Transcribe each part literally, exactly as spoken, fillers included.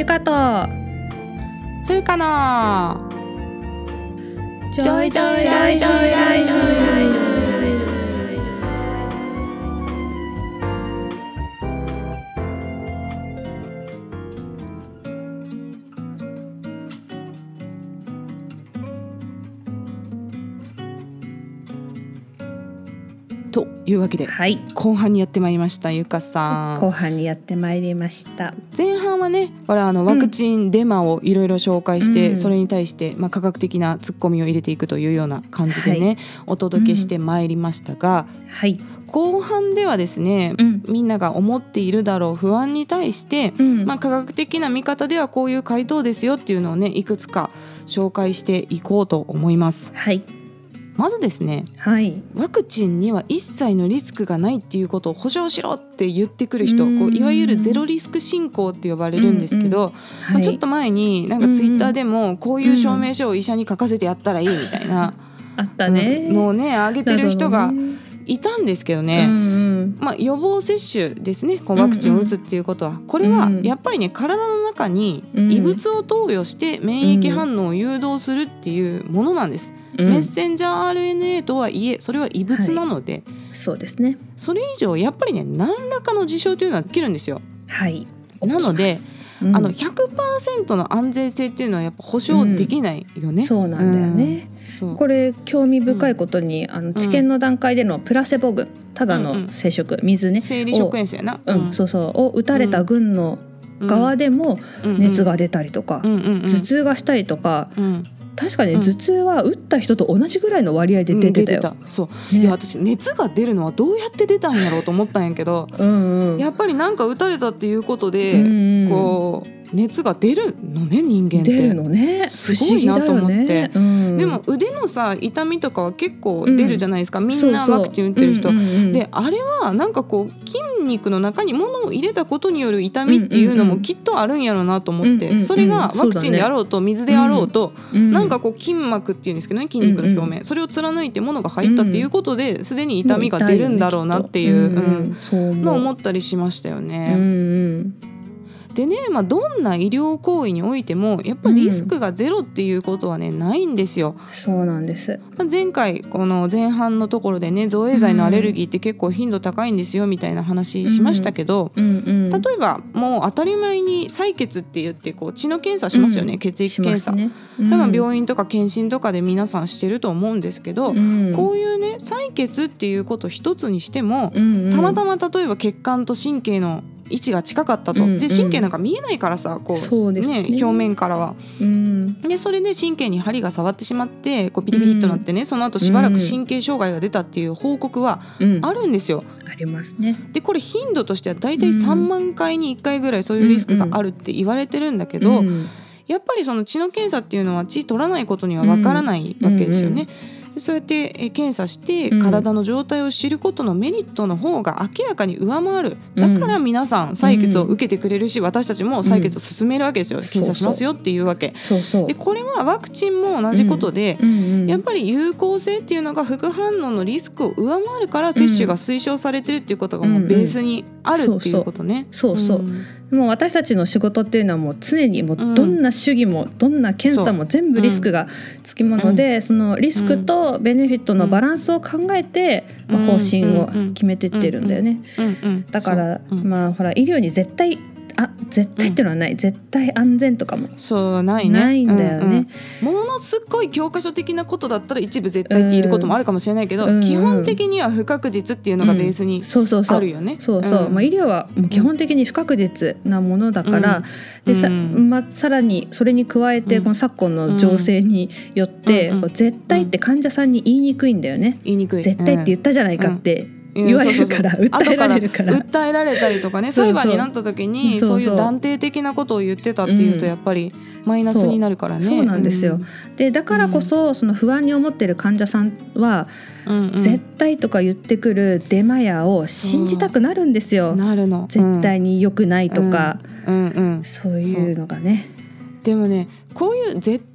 ゆかとふうかなジョイジョイジョイジョイジョイジョイジョイジョイというわけで、 はい、 後半にやってまいりましたゆかさん。 後半にやってまいりました。 前半はね、これあのワクチンデマをいろいろ紹介して、うん、それに対して、まあ、科学的なツッコミを入れていくというような感じでね、はい、お届けしてまいりましたが、うんはい、後半ではですね、うん、みんなが思っているだろう不安に対して、うんまあ、科学的な見方ではこういう回答ですよっていうのをね、いくつか紹介していこうと思います。 はい、 まずですね、はい、ワクチンには一切のリスクがないっていうことを保証しろって言ってくる人、こういわゆるゼロリスク信仰って呼ばれるんですけど、うんうんまあ、ちょっと前になんかツイッターでもこういう証明書を医者に書かせてやったらいいみたいな、 あったね、 のをね上げてる人がいたんですけどね、うんうんまあ、予防接種ですね、こうワクチンを打つっていうことは、これはやっぱりね、体の中に異物を投与して免疫反応を誘導するっていうものなんです、うん、メッセンジャー アールエヌエー とはいえそれは異物なので、はい、 そうですね、 それ以上やっぱりね何らかの事象というのはできるんですよ。 はい、 なので、うん、あの ひゃくパーセント の安全性っていうのはやっぱ保証できないよね、 うん、そうなんだよね、うん、これ興味深いことに、うん、あの治験の段階でのプラセボ群、ただの生殖、うんうん、水ね、 生理食塩水やな、 うんうん、そうそうを打たれた群の側でも熱が出たりとか、うんうん、頭痛がしたりとか、うん、確かに頭痛は打った人と同じぐらいの割合で出てたよ、うん、 出てた。そう、ね、いや私熱が出るのはどうやって出たんやろうと思ったんやけどうん、うん、やっぱりなんか打たれたっていうことで、うんうん、こう熱が出るのね、人間って出るのね、 すごいなと思って、ねうん、でも腕のさ痛みとかは結構出るじゃないですか、うん、みんなワクチン打ってる人、そうそう、うんうんうん、であれはなんかこう筋肉の中に物を入れたことによる痛みっていうのもきっとあるんやろうなと思って、うんうんうん、それがワクチンであろうと、ね、水であろうと、うん、なんかこう筋膜っていうんですけどね、筋肉の表面、うんうん、それを貫いて物が入ったっていうことですでに痛みが出るんだろうなっていう、うんうん、のを思ったりしましたよね、うんうんでね、まあ、どんな医療行為においてもやっぱりリスクがゼロっていうことはね、うん、ないんですよ。 そうなんです。 前回この前半のところでね、造影剤のアレルギーって結構頻度高いんですよみたいな話しましたけど、うんうんうん、例えばもう当たり前に採血って言ってこう血の検査しますよね、うん、血液検査、ねうん、病院とか検診とかで皆さんしてると思うんですけど、うん、こういうね採血っていうこと一つにしても、うんうん、たまたま例えば血管と神経の位置が近かったと、うんうん、で神経なんか見えないからさこう、 そうですね、 ね、表面からは、うん、でそれで神経に針が触ってしまってこうピリピリっとなってね、うん、その後しばらく神経障害が出たっていう報告はあるんですよ、 うん、ありますね。 でこれ頻度としてはだいたいさんまんかいにいっかいぐらいそういうリスクがあるって言われてるんだけど、うんうん、やっぱりその血の検査っていうのは血取らないことにはわからないわけですよね、うんうんうん、そうやって検査して体の状態を知ることのメリットの方が明らかに上回る。だから皆さん採血を受けてくれるし、私たちも採血を進めるわけですよ、検査しますよっていうわけ。 そうそうでこれはワクチンも同じことで、やっぱり有効性っていうのが副反応のリスクを上回るから接種が推奨されてるっていうことがもうベースにあるっていうことね。 そうそう、うんもう私たちの仕事っていうのはもう常にもうどんな主義もどんな検査も全部リスクがつきもので、うん、そのリスクとベネフィットのバランスを考えて、うんまあ、方針を決めてってるんだよね。だから、まあ、ほら医療に絶対あ絶対っていうのはない、うん、絶対安全とかもそうないね、 ないんだよね、 うんうん、ものすごい教科書的なことだったら一部絶対って言えることもあるかもしれないけど、うん、基本的には不確実っていうのがベースにあるよね。 そうそう、まあ、医療はもう基本的に不確実なものだから、うん、でさ、まあ、さらにそれに加えてこの昨今の情勢によって、うん、絶対って患者さんに言いにくいんだよね、 言いにくい、 絶対って言ったじゃないかって、うん言われるから、そうそうそう訴えられるから訴えられたりとかね、裁判になった時にそういう断定的なことを言ってたっていうとやっぱりマイナスになるからね。 そう、そうなんですよ、うん、でだからこそその不安に思ってる患者さんは、うんうん、絶対とか言ってくるデマヤを信じたくなるんですよ。 なるの、 絶対に良くないとか、 うんうんうん、 そういうのがね。 でもねこういう絶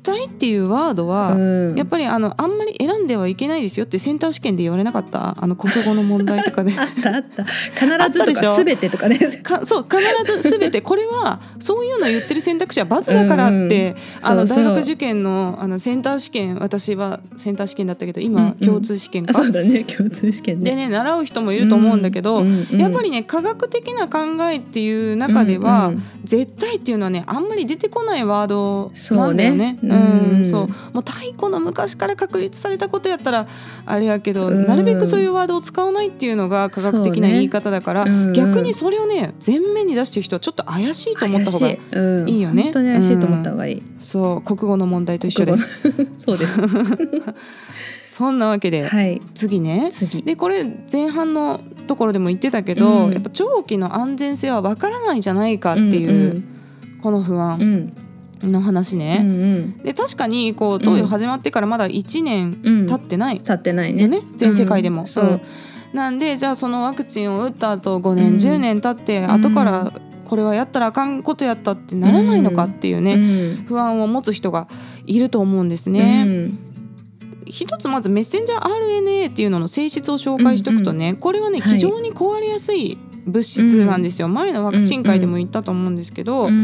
対っていうワードは、 うん、 やっぱりあのあんまり選んではいけないですよってセンター試験で言われなかった？あの国語の問題とかであったあった必ずとか全てとかねかそう必ず全てこれはそういうの言ってる選択肢はバツだからって、うんうん、あの大学受験 の, あのセンター試験、私はセンター試験だったけど今、うんうん、共通試験かそうだね共通試験、ね、 でね習う人もいると思うんだけど、うんうんうん、やっぱりね科学的な考えっていう中では、うんうん、絶対っていうのはねあんまり出てこないワードなんだよね。そうね、うんうん、そうもう太古の昔から確立されたことやったらあれやけど、うん、なるべくそういうワードを使わないっていうのが科学的な言い方だから、ね、うん、逆にそれをね前面に出してる人はちょっと怪しいと思った方がいいよね。 本当に怪しいと思った方がいい、 うん、そう国語の問題と一緒ですそうですそんなわけで、はい、次ね次でこれ前半のところでも言ってたけど、うん、やっぱ長期の安全性はわからないじゃないかっていう、うんうん、この不安の話ね、うんうん、で確かにこう投与始まってからまだいちねん経ってない、 うん、経ってないね、 全世界でも、 うん、そう、うん、 なんでじゃあそのワクチンを打った後ごねん、うん、じゅうねん経って後からこれはやったらあかんことやったってならないのかっていうね、うん、不安を持つ人がいると思うんですね、うん、一つまずメッセンジャー アールエヌエー っていうのの性質を紹介しておくとね、うんうん、これはね非常に壊れやすい物質なんですよ、うん、前のワクチン会でも言ったと思うんですけど、うんうん、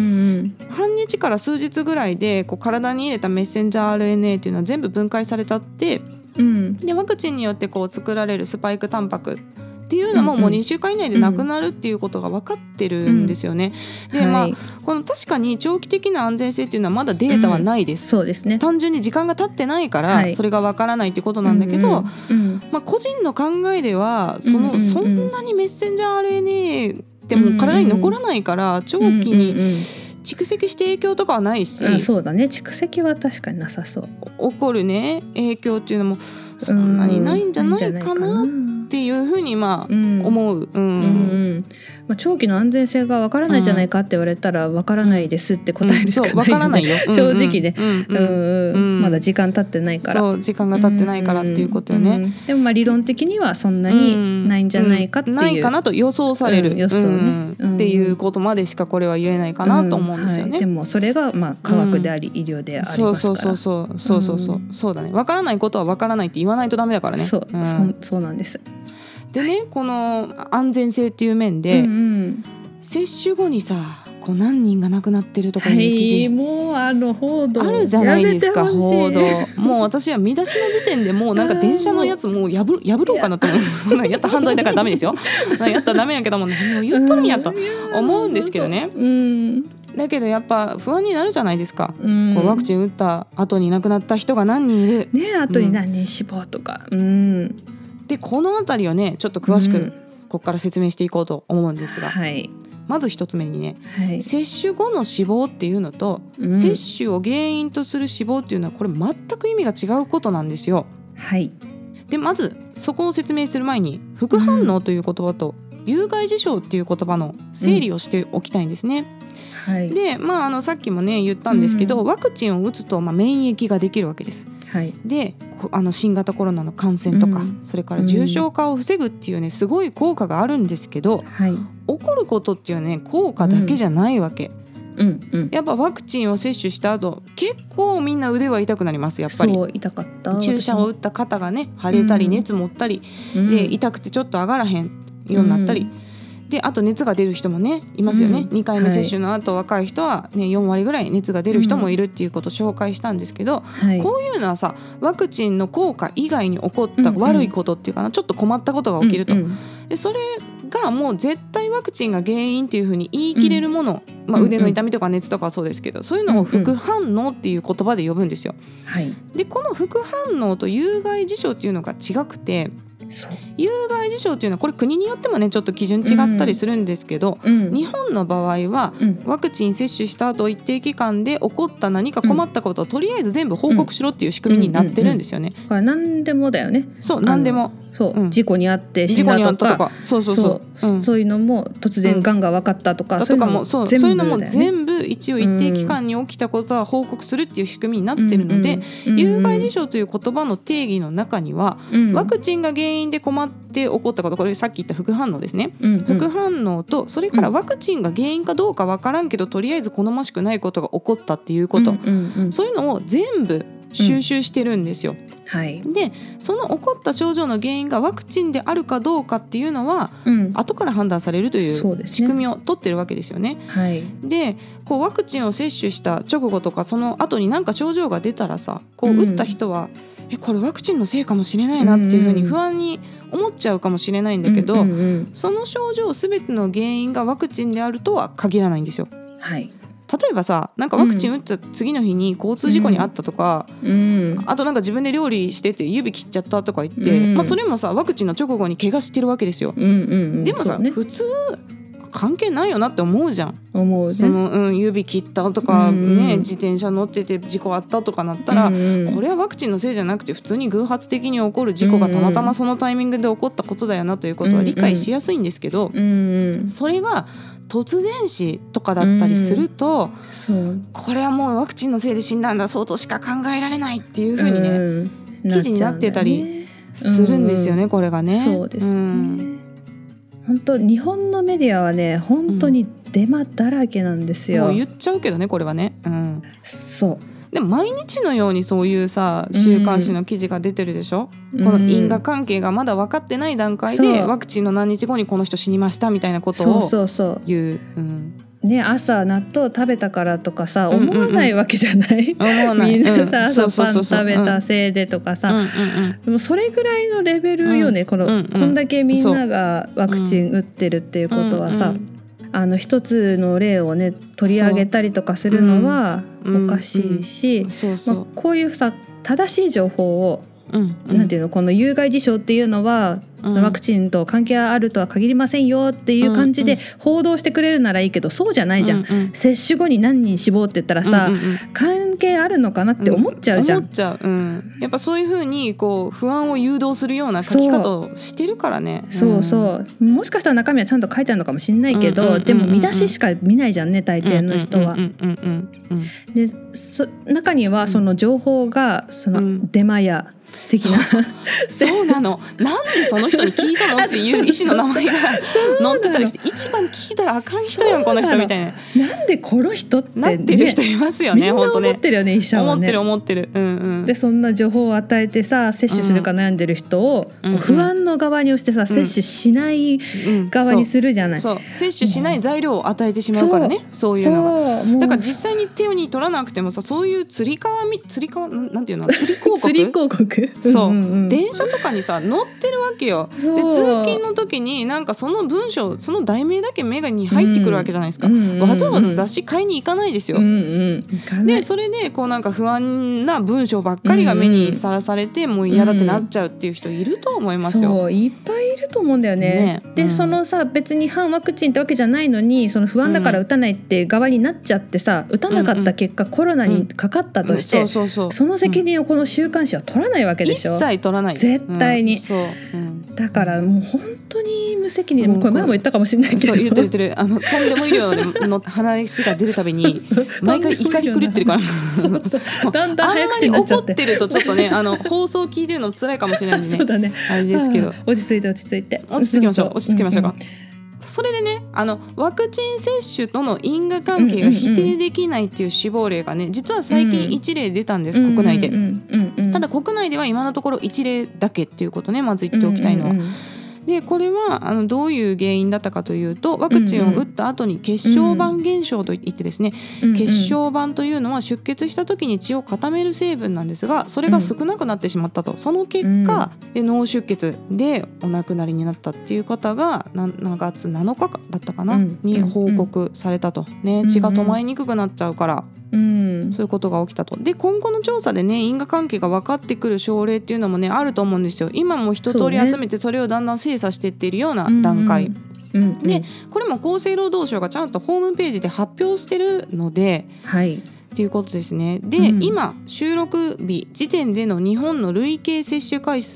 半日から数日ぐらいでこう体に入れたメッセンジャー アールエヌエー っていうのは全部分解されちゃって、うん、でワクチンによってこう作られるスパイクタンパクっていうのももうにしゅうかん以内でなくなるっていうことが分かってるんですよね、うん、で、まあ、この確かに長期的な安全性っていうのはまだデータはないです、 うん、そうですね、 単純に時間が経ってないからそれが分からないってことなんだけど、うんうんまあ、個人の考えではその、うんうんうん、そんなにメッセンジャー アールエヌエー ってもう体に残らないから長期に蓄積して影響とかはないし、 うん、そうだね蓄積は確かになさそう起こるね影響っていうのもそんなにないんじゃないかなっていうふうにまあ思う、うんうんうんまあ、長期の安全性がわからないじゃないかって言われたらわからないですって答えるしかないよね、 わからないよ正直ね、うんうんうん、まだ時間経ってないからそう時間が経ってないからっていうことよね、うんうん、 でもまあ理論的にはそんなにないんじゃないかっていう、うんうん、 ないかなと予想される、 うん、予想ね、 うん、っていうことまでしかこれは言えないかなと思うんですよね、うんはい、 でもそれがまあ科学であり、うん、医療でありますからそうそうそうそうそうそう、うん、そうだねわからないことはわからないって言わないとダメだからねそう、うん、そ, そうなんですでねこの安全性っていう面で、うんうん、接種後にさこう何人が亡くなってるとかいう記事、 はい、もうあの報道あるじゃないですか報道もう私は見出しの時点でもうなんか電車のやつもう破破ろうかなと思うやった犯罪だからダメですよやったらダメやけども何を言っとるんやと思うんですけどね、うん、だけどやっぱ不安になるじゃないですか、うん、こうワクチン打った後に亡くなった人が何人いるね後に何人死亡とか、うん、 でこのあたりをねちょっと詳しくここから説明していこうと思うんですが、 はい、 まず一つ目にね、 はい、 接種後の死亡っていうのと、うん、接種を原因とする死亡っていうのはこれ全く意味が違うことなんですよ、 はい、 でまずそこを説明する前に副反応という言葉と有害事象っていう言葉の整理をしておきたいんですね、うんはい、で、まあ、あのさっきもね言ったんですけど、うん、ワクチンを打つと、まあ、免疫ができるわけです、はい、であの新型コロナの感染とか、うん、それから重症化を防ぐっていうねすごい効果があるんですけど、はい、起こることっていうね効果だけじゃないわけ、うんうん、やっぱワクチンを接種した後結構みんな腕は痛くなりますやっぱりそう痛かった注射を打った肩がね腫れたり熱持ったり、うん、で痛くてちょっと上がらへんようになったり、うん、であと熱が出る人もねいますよね、うん、にかいめ接種の後、はい、若い人は、ね、よんわりぐらい熱が出る人もいるっていうことを紹介したんですけど、はい、こういうのはさワクチンの効果以外に起こった悪いことっていうかな、うんうん、ちょっと困ったことが起きると、うんうん、でそれがもう絶対ワクチンが原因っていうふうに言い切れるもの、うんまあ、腕の痛みとか熱とかはそうですけどそういうのを副反応っていう言葉で呼ぶんですよ、はい、でこの副反応と有害事象っていうのが違くてそう有害事象っていうのはこれ国によってもねちょっと基準違ったりするんですけど、うん、日本の場合は、うん、ワクチン接種した後一定期間で起こった何か困ったことをとりあえず全部報告しろっていう仕組みになってるんですよね、 うんうんうんうん、これ何でもだよねそう何でもそう、うん、事故にあって死んだとかそうそうそううん、そういうのも突然がんが分かったとか、 うん、 そういうのもそう、そういうのも全部一応一定期間に起きたことは報告するっていう仕組みになってるので、うんうん、有害事象という言葉の定義の中には、うん、ワクチンが原因で困って起こったこと、これさっき言った副反応ですね、うんうん、副反応とそれからワクチンが原因かどうか分からんけどとりあえず好ましくないことが起こったっていうこと、うんうんうん、そういうのを全部収集してるんですよ、うんはい、でその起こった症状の原因がワクチンであるかどうかっていうのは、うん、後から判断されるという仕組みを取ってるわけですよね。はい、でこうワクチンを接種した直後とかその後に何か症状が出たらさこう打った人は、うん、えこれワクチンのせいかもしれないなっていうふうに不安に思っちゃうかもしれないんだけど、うんうんうん、その症状全ての原因がワクチンであるとは限らないんですよ。はい例えばさなんかワクチン打った次の日に交通事故に遭ったとか、うん、あとなんか自分で料理してて指切っちゃったとか言って、うんまあ、それもさワクチンの直後に怪我してるわけですよ、うんうんうん、でもさ、ね、普通関係ないよなって思うじゃん思う、ねそのうん、指切ったとか、ねうんうん、自転車乗ってて事故あったとかなったら、うんうん、これはワクチンのせいじゃなくて普通に偶発的に起こる事故がたまたまそのタイミングで起こったことだよなということは理解しやすいんですけど、うんうん、それが突然死とかだったりすると、うん、そうこれはもうワクチンのせいで死んだんだそうとしか考えられないっていう風にね、うん、記事になってたりするんですよね、うん、これがねそうですね、うん本当日本のメディアはね本当にデマだらけなんですよ、 うん、もう言っちゃうけどねこれはね、うん、 そうでも毎日のようにそういうさ週刊誌の記事が出てるでしょ、うん、この因果関係がまだ分かってない段階でワクチンの何日後にこの人死にましたみたいなことを言う、そうそうそう、うんね、朝納豆食べたからとかさ思わないわけじゃない、うんうんうん、みんなさ、うん、朝パン食べたせいでとかさ、うんうんうん、でもそれぐらいのレベルよね、うん、この、うんうん、こんだけみんながワクチン打ってるっていうことはさ、うんうん、あの一つの例をね取り上げたりとかするのはおかしいし、こういうさ正しい情報を、うんうん、なんていうのこの有害事象っていうのはワクチンと関係あるとは限りませんよっていう感じで報道してくれるならいいけどそうじゃないじゃん、うんうん、接種後に何人死亡って言ったらさ、うんうんうん、関係あるのかなって思っちゃうじゃん、うん、 思っちゃう、うん、やっぱそういう風にこう不安を誘導するような書き方をしてるからね、 そう、うん、そうそうもしかしたら中身はちゃんと書いてあるのかもしれないけど、うんうんうんうん、でも見出ししか見ないじゃんね大抵の人は、でそ中にはその情報がそのデマや的な、 そう、そうなのなんでその人に聞いたのっていう医師の名前が載ってたりして一番聞いたらあかん人やんこの人みたいななんでこの人って、ね、 なってる人いますよね。 みんな思ってるよね医者はね思ってる思ってる、うんうん、 でそんな情報を与えてさ接種するか悩んでる人を、うん、不安の側に押してさ、うん、接種しない側にするじゃない、 うんうん、そう、そう接種しない材料を与えてしまうからね、そう、そういうのがだから実際に手に取らなくてもさそういうつり革みつり革なんていうのつり広告つり広告そう、うんうんうん、電車とかにさ載ってるわけよ。で通勤の時になんかその文章その題名だけ目に入ってくるわけじゃないですか、うんうんうん、わざわざ雑誌買いに行かないですよ、うんうん、でそれでこうなんか不安な文章ばっかりが目にさらされて、うんうん、もう嫌だってなっちゃうっていう人いると思いますよ、 そういっぱいいると思うんだよ ね, ねで、うん、そのさ別に反ワクチンってわけじゃないのにその不安だから打たないって側になっちゃってさ打たなかった結果、うんうん、コロナにかかったとして、うんうん、そうそうそう、その責任をこの週刊誌は取らないわけでしょ、 一切取らない絶対に、うんそううん、 だからもう本当に無責任、もうこれ前も言ったかもしれないけど、 そう言ってる言ってるあのとんでも医療の話が出るたびに毎回怒り狂ってるからそうそうだんだん早口になっちゃって、あんまり怒ってるとちょっとねあの放送聞いてるの辛いかもしれないんでねそうだねあれですけど落ち着いて落ち着いて落ち着きましょう落ち着きましょうか、うんうん、それでねあのワクチン接種との因果関係が否定できないっていう死亡例がね実は最近いち例出たんです、うん、国内で、うんうんうん、ただ国内では今のところいち例だけっていうことねまず言っておきたいのは、うんうんうん、でこれはあのどういう原因だったかというとワクチンを打った後に血小板現象といってですね、うんうん、血小板というのは出血した時に血を固める成分なんですがそれが少なくなってしまったと、その結果、うん、脳出血でお亡くなりになったっていう方がしがつなのかだったかな、うん、に報告されたと、ね、血が止まりにくくなっちゃうから、うん、そういうことが起きたと。で今後の調査でね因果関係が分かってくる症例っていうのもねあると思うんですよ。今も一通り集めてそれをだんだん精査していっているような段階、うんうんうん、でこれも厚生労働省がちゃんとホームページで発表してるので、はいっていうことですね。で、うん、今収録日時点での日本の累計接種回数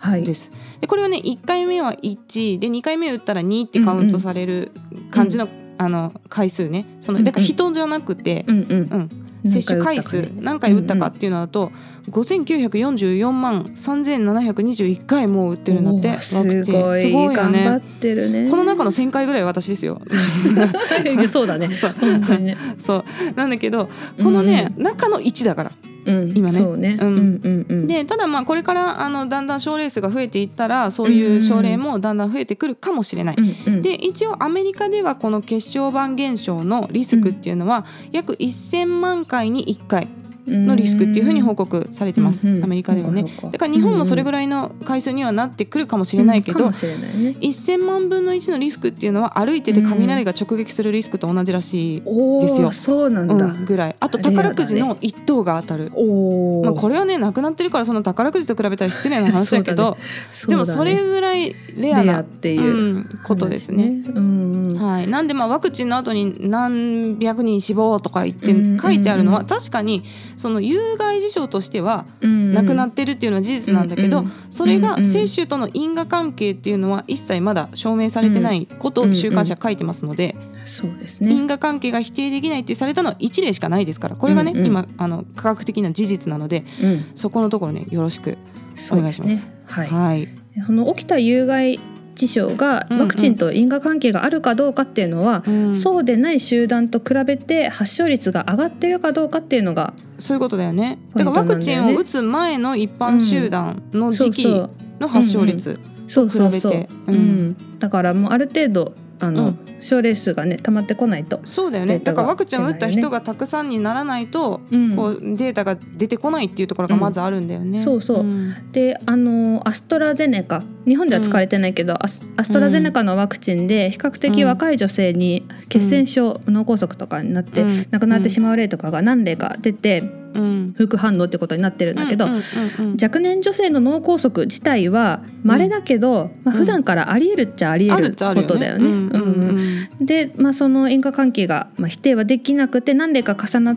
です、はい、でこれはねいっかいめはいちでにかいめ打ったらにってカウントされる感じの、うんうん、あの回数ね、そのだから人じゃなくて、うんうんうん接種回数何回打ったかっていうのだと、うんうん、ごせんきゅうひゃくよんじゅうよんまんさんぜんななひゃくにじゅういっかいもう打ってるんだって。ワクチンすごい、すごいよね、頑張ってるね。 この中のせんかいぐらい私ですよそうだねそう本当にねそうなんだけどこのね、うん、中のいちだからうん、今ね、 そうね、うんうんうんうん、 でただまあこれからあのだんだん症例数が増えていったらそういう症例もだんだん増えてくるかもしれない、うんうん、で一応アメリカではこの血小板減少のリスクっていうのは約せんまんかいにいっかいのリスクっていうふうに報告されてます、うんうん、アメリカではね。だから日本もそれぐらいの回数にはなってくるかもしれないけど、うん、ね、せんまんぶんのいちのリスクっていうのは歩いてて雷が直撃するリスクと同じらしいですよ、 うん、そうなんだ、うん、 ぐらい。あと宝くじの一等が当たる、お、まあ、これはねなくなってるからその宝くじと比べたら失礼な話だけどだ、ね、でもそれぐらいレアなっていう、うん、ことですね、うんうん、はい、なんでまあワクチンの後に何百人死亡とか言って書いてあるのは確かにその有害事象としてはなくなってるっていうのは事実なんだけど、それが接種との因果関係っていうのは一切まだ証明されてないことを週刊誌は書いてますので、 そうですね、 因果関係が否定できないってされたのは一例しかないですから、これがね、うんうん、今あの科学的な事実なので、うん、そこのところねよろしくお願いします。そうですね、はいはい、 その起きた有害事象がワクチンと因果関係があるかどうかっていうのは、うんうん、そうでない集団と比べて発症率が上がってるかどうかっていうのがそういうことだよね。だからワクチンを打つ前の一般集団の時期の発症率と比べて、 だからもうある程度あの、うん、症例数がね溜まってこないと。 そうだよね。だからワクチンを打った人がたくさんにならないと、うん、こうデータが出てこないっていうところがまずあるんだよね、 うん、そうそう、うん、であのアストラゼネカ、日本では使われてないけど、うん、アス、アストラゼネカのワクチンで比較的若い女性に血栓症、うん、脳梗塞とかになって、うん、亡くなってしまう例とかが何例か出て、うん、副反応ってことになってるんだけど、うんうんうんうん、若年女性の脳梗塞自体は稀だけど、うんまあ、普段からありえるっちゃありえることだよね。で、まあ、その因果関係が、まあ、否定はできなくて何例か重なって、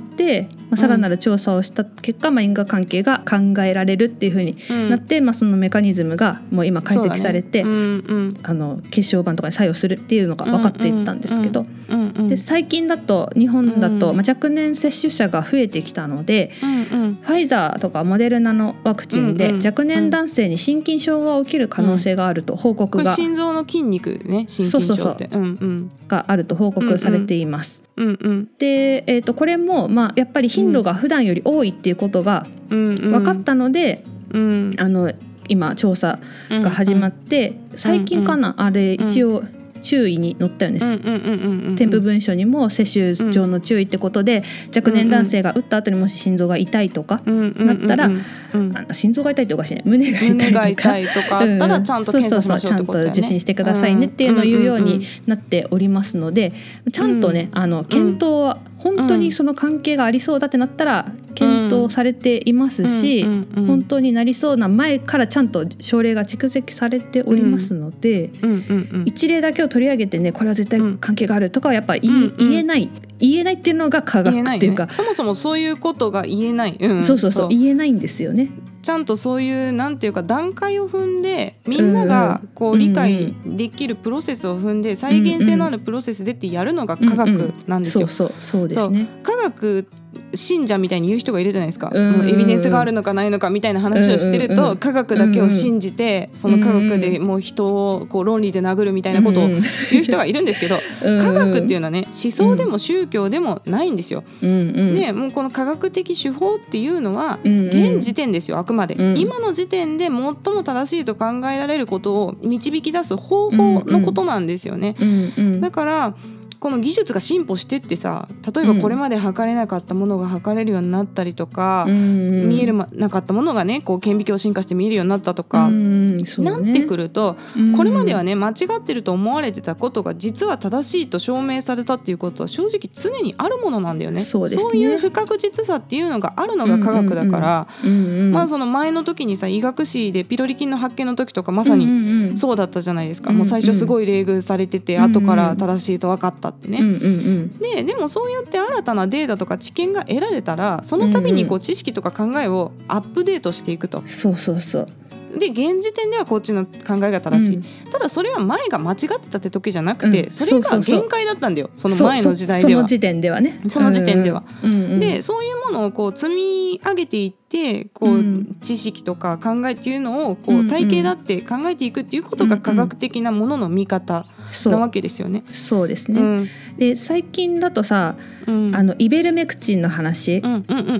まあ、さらなる調査をした結果、うんまあ、因果関係が考えられるっていうふうになって、うんまあ、そのメカニズムがもう今解析されて、ねうんうん、あの血小板とかに作用するっていうのが分かっていったんですけど、うんうんうん、で最近だと日本だと、まあ、若年接種者が増えてきたので、うんうん、ファイザーとかモデルナのワクチンで若年男性に心筋症が起きる可能性があると報告が、 これ心臓の筋肉ね、心筋症ってがあると報告されています、うんうん、で、えー、とこれも、まあ、やっぱり頻度が普段より多いっていうことが分かったので、うんうん、あの今調査が始まって、うんうん、最近かな、うんうん、あれ一応注意に載ったよね、添付文書にも接種上の注意ってことで、うん、若年男性が打った後にもし心臓が痛いとかなったら、うんうんうん、あの心臓が痛いっておかしいね、胸が痛いとか、 胸が痛いとかあったらちゃんと検査しましょうってことだよね。 ちゃんと受診してくださいねっていうのを言うようになっておりますので、ちゃんとね、あの検討は本当にその関係がありそうだってなったら検討されていますし、うんうんうん、本当になりそうな前からちゃんと症例が蓄積されておりますので、うんうんうんうん、一例だけを取り上げてね、これは絶対関係があるとかはやっぱり 言,、うんうん、言えない言えないっていうのが科学っていうか、 ね、そもそもそういうことが言えない、うん、 そうそうそう、言えないんですよね。 ちゃんとそういうなんていうか段階を踏んでみんながこう理解できるプロセスを踏んで再現性のあるプロセスでってやるのが科学なんですよ。 そうそうそうですね。 科学信者みたいに言う人がいるじゃないですか、うんうん、エビデンスがあるのかないのかみたいな話をしてると、うんうんうん、科学だけを信じて、うんうん、その科学でもう人をこう論理で殴るみたいなことを言う人がいるんですけど、うんうん、科学っていうのはね、思想でも宗教でもないんですよ、うんうん、でもうこの科学的手法っていうのは現時点ですよ、あくまで、うん、今の時点で最も正しいと考えられることを導き出す方法のことなんですよね、うんうんうん、だからこの技術が進歩してってさ、例えばこれまで測れなかったものが測れるようになったりとか、うん、見えるなかったものがね、こう顕微鏡進化して見えるようになったとか、うん、そうね、なってくると、うん、これまではね間違ってると思われてたことが実は正しいと証明されたっていうことは正直常にあるものなんだよね。そうですね。そういう不確実さっていうのがあるのが科学だから、うんうんうん、まあその前の時にさ、医学誌でピロリ菌の発見の時とかまさにそうだったじゃないですか、うんうん、もう最初すごい冷遇されてて、うんうん、後から正しいと分かったってね、うんうんうん、で, でもそうやって新たなデータとか知見が得られたら、その度にこう知識とか考えをアップデートしていくと、 うんうん、そうそうそう、 で現時点ではこっちの考えが正しい、うん、ただそれは前が間違ってたって時じゃなくて、うん、それが限界だったんだよ、その前の時代では。 その時点ではね。 その時点では、 うんうん、 でそういうものをこう積み上げていってこう、うん、知識とか考えっていうのをこう体系だって考えていくっていうことが科学的なものの見方なわけですよね。 そう、そうですね、うん、で最近だとさ、うん、あのイベルメクチンの話、うんうんうんうんうん、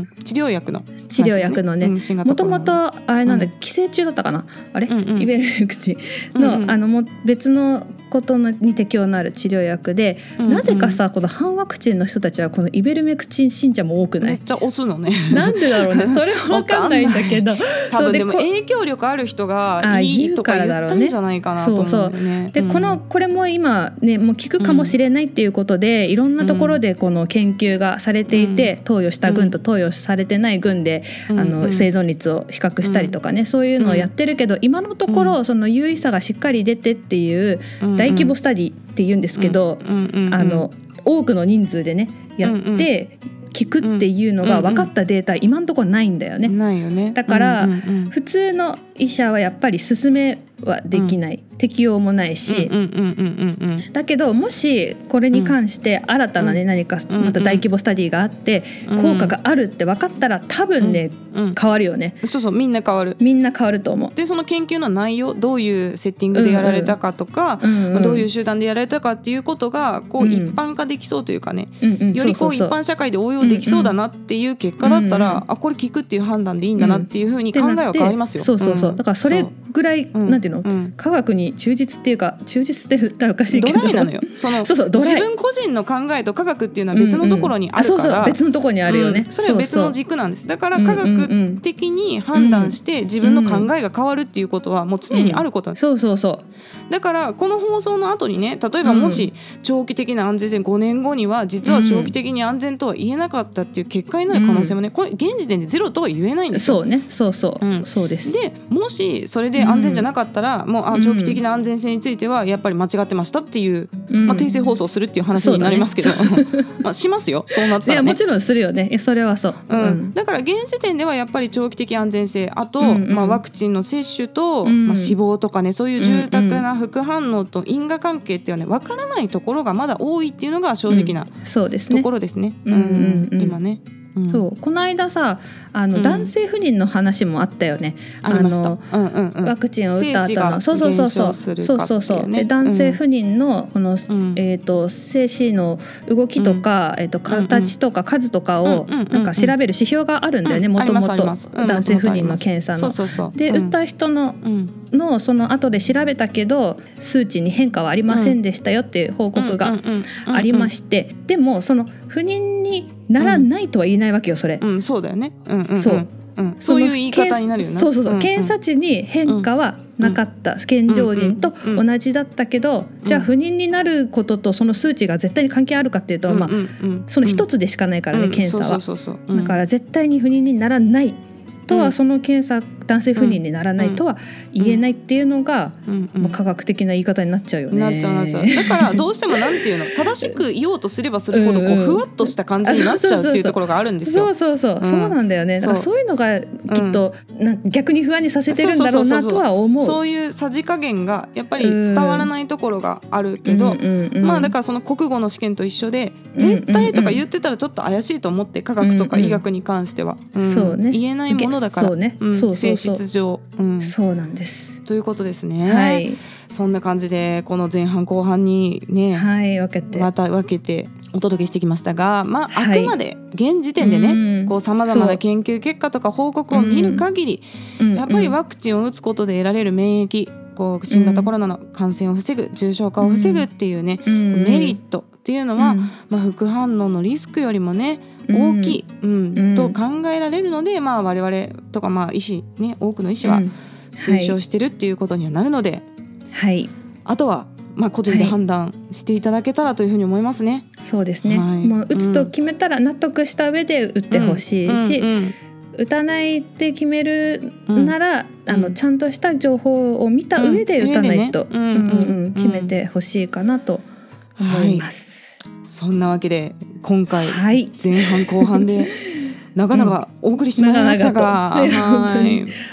治療薬の、ね、 治療薬のね、もともとあれなんだ、うん、寄生虫だったかなあれ、うんうん、イベルメクチンの、うんうん、あのも別のことに適用のある治療薬で、うんうん、なぜかさこの反ワクチンの人たちはこのイベルメクチン信者も多くない？ めっちゃ押すのね。 なんでだろうね、それは分かんないんだけど多分でも影響力ある人がいいとか言ったんじゃないかなと思うんだよね。 そうそうで、うん、このこれも今ねもう効くかもしれないっていうことで、うん、いろんなところでこの研究がされていて、うん、投与した群と投与されてない群で、うん、あの生存率を比較したりとかね、うん、そういうのをやってるけど、今のところその有意差がしっかり出てっていう大規模スタディっていうんですけど、あの多くの人数でねやって効くっていうのが分かったデータ、今のところないんだよね。 ないよね。 だから、うんうんうん、普通の医者はやっぱり勧めはできない、うん、適用もないし、だけどもしこれに関して新たなね、うん、何かまた大規模スタディがあって、うん、効果があるって分かったら多分ね、うん、変わるよね。 そうそう、みんな変わる。 みんな変わると思う。 でその研究の内容、どういうセッティングでやられたかとか、うんうん、どういう集団でやられたかっていうことがこう一般化できそうというかね、うんうん、よりこう一般社会で応用できそうだなっていう結果だったら、うんうん、あこれ効くっていう判断でいいんだなっていう風に考えは変わりますよ。 そうそうそう、だからそれぐらい、うん、なんていうの、うん、科学に忠実っていうか、忠実って言ったらおかしいけどドライなのよ。そのそうそうドライ、自分個人の考えと科学っていうのは別のところにあるから、うんうん、あそうそう別のところにあるよね、うん、それは別の軸なんです。だから科学的に判断して自分の考えが変わるっていうことはもう常にあることなんです、 うんうん、そうそうそう。 だからこの放送の後にね、例えばもし長期的な安全性ごねんごには実は長期的に安全とは言えなかったっていう結果になる可能性もね、これ現時点でゼロとは言えないんですよ。 そうね、そうそう、うん、そうです。 でもしそれで安全じゃなかったら、うん、もうあ長期的な安全性についてはやっぱり間違ってましたっていう、うんまあ、訂正放送するっていう話になりますけど、ねまあ、しますよ、そうなったらね。いやもちろんするよね、それはそう、 うんうん、だから現時点ではやっぱり長期的安全性、あと、うんうんまあ、ワクチンの接種と、うんまあ、死亡とかね、そういう重大な副反応と因果関係っていうのはね分からないところがまだ多いっていうのが正直な、うん、そうですね、ところですね、うんうんうん、今ね。うん、 そうこの間さあの、うん、男性不妊の話もあったよね。 ありました。 あの、うんうんうん、ワクチンを打った後のそうそうそうそうそうそうそうで男性不妊のこの、うん、えーと精子の動きとか、うんえーと形とか数とかをなんか調べる指標があるんだよね、もともと男性不妊の検査の。 そうそうそうで、うん、打った人の、うんのその後で調べたけど数値に変化はありませんでしたよっていう報告がありまして、でもその不妊にならないとは言えないわけよそれ、 うんうん、そうだよね、うんうんうん、 そううん、そういう言い方になるよね。 そうそうそう、うんうん、検査値に変化はなかった、うん、健常人と同じだったけど、うん、じゃあ不妊になることとその数値が絶対に関係あるかっていうと、うんまあ、その一つでしかないからね、うん、検査は。だから絶対に不妊にならないとは、その検査男性不妊にならないとは言えないっていうのが、うんうんまあ、科学的な言い方になっちゃうよね。 なっちゃうなっちゃう。だからどうしてもなんていうの正しく言おうとすればするほどこうふわっとした感じになっちゃうっていうところがあるんですよ。 そうそうそう、うん、そうなんだよね。だからそういうのがきっと、うん、なんか逆に不安にさせてるんだろうなとは思う。 そういうさじ加減がやっぱり伝わらないところがあるけど、うんうんうん、まあだからその国語の試験と一緒で絶対とか言ってたらちょっと怪しいと思って、科学とか医学に関しては、うんうんそうね、言えないものだから、そうね、うん、そうそうそう性質上うん、そうなんですということですね、 はい、 そんな感じでこの前半後半にね、 はい、分けてまた分けてお届けしてきましたが、まあ、はい、あくまで現時点でねさまざまな研究結果とか報告を見る限り、うん、やっぱりワクチンを打つことで得られる免疫、こう新型コロナの感染を防ぐ、重症化を防ぐっていうね、うん、メリットっていうのは、うんまあ、副反応のリスクよりもね大きい、うんうん、と考えられるので、まあ、我々とか、まあ、医師、ね、多くの医師は推奨してるっていうことにはなるので、 はい、 あとは、まあ、個人で判断していただけたらというふうに思いますね。 そうですね、はい、もう打つと決めたら納得した上で打ってほしいし、うんうんうん打たないって決めるなら、うん、あのちゃんとした情報を見た上で打たないと決めてほしいかなと思います、 はい、そんなわけで今回前半後半で長々お送りしてまいりましたが、はい、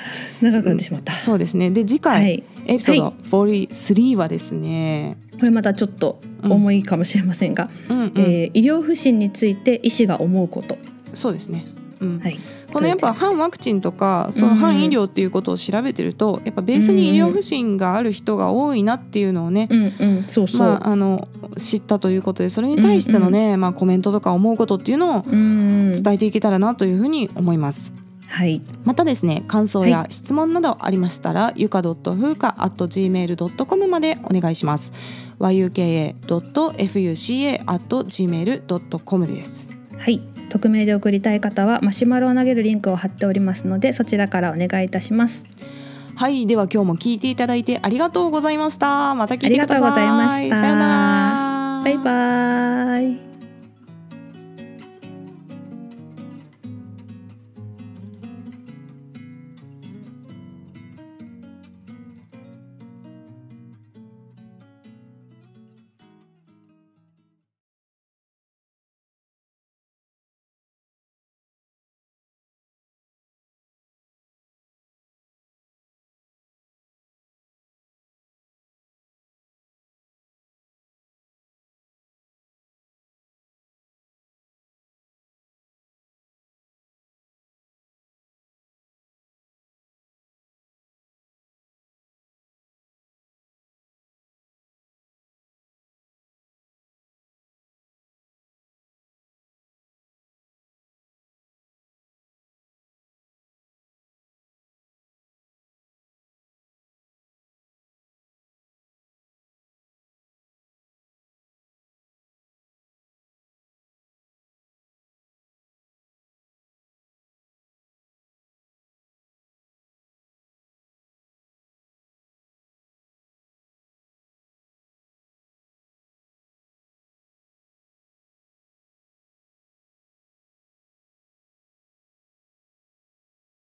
長くなってしまった。 そうですね。で次回、はい、エピソードよんじゅうさんはですね、 はい、これまたちょっと重いかもしれませんが、うんうんうん、えー、医療不信について医師が思うこと。 そうですね、うんはい、このやっぱ反ワクチンとかその反医療っていうことを調べてると、やっぱベースに医療不信がある人が多いなっていうのをね、うんうん、そうそう、まあ、あの知ったということで、それに対してのね、うんうん、まあ、コメントとか思うことっていうのを伝えていけたらなというふうに思います。はい、またですね、感想や質問などありましたら、はい、ゆか .fuka アット ジーメール ドットコム までお願いします。 ワイユーケーエー ドット エフユーシーエー アット ジーメール ドットコム です。 はい、匿名で送りたい方はマシュマロを投げるリンクを貼っておりますので、そちらからお願いいたします。 はい、では今日も聞いていただいてありがとうございました。また聞いてください。 ありがとうございました。 さようなら。 バイバイ。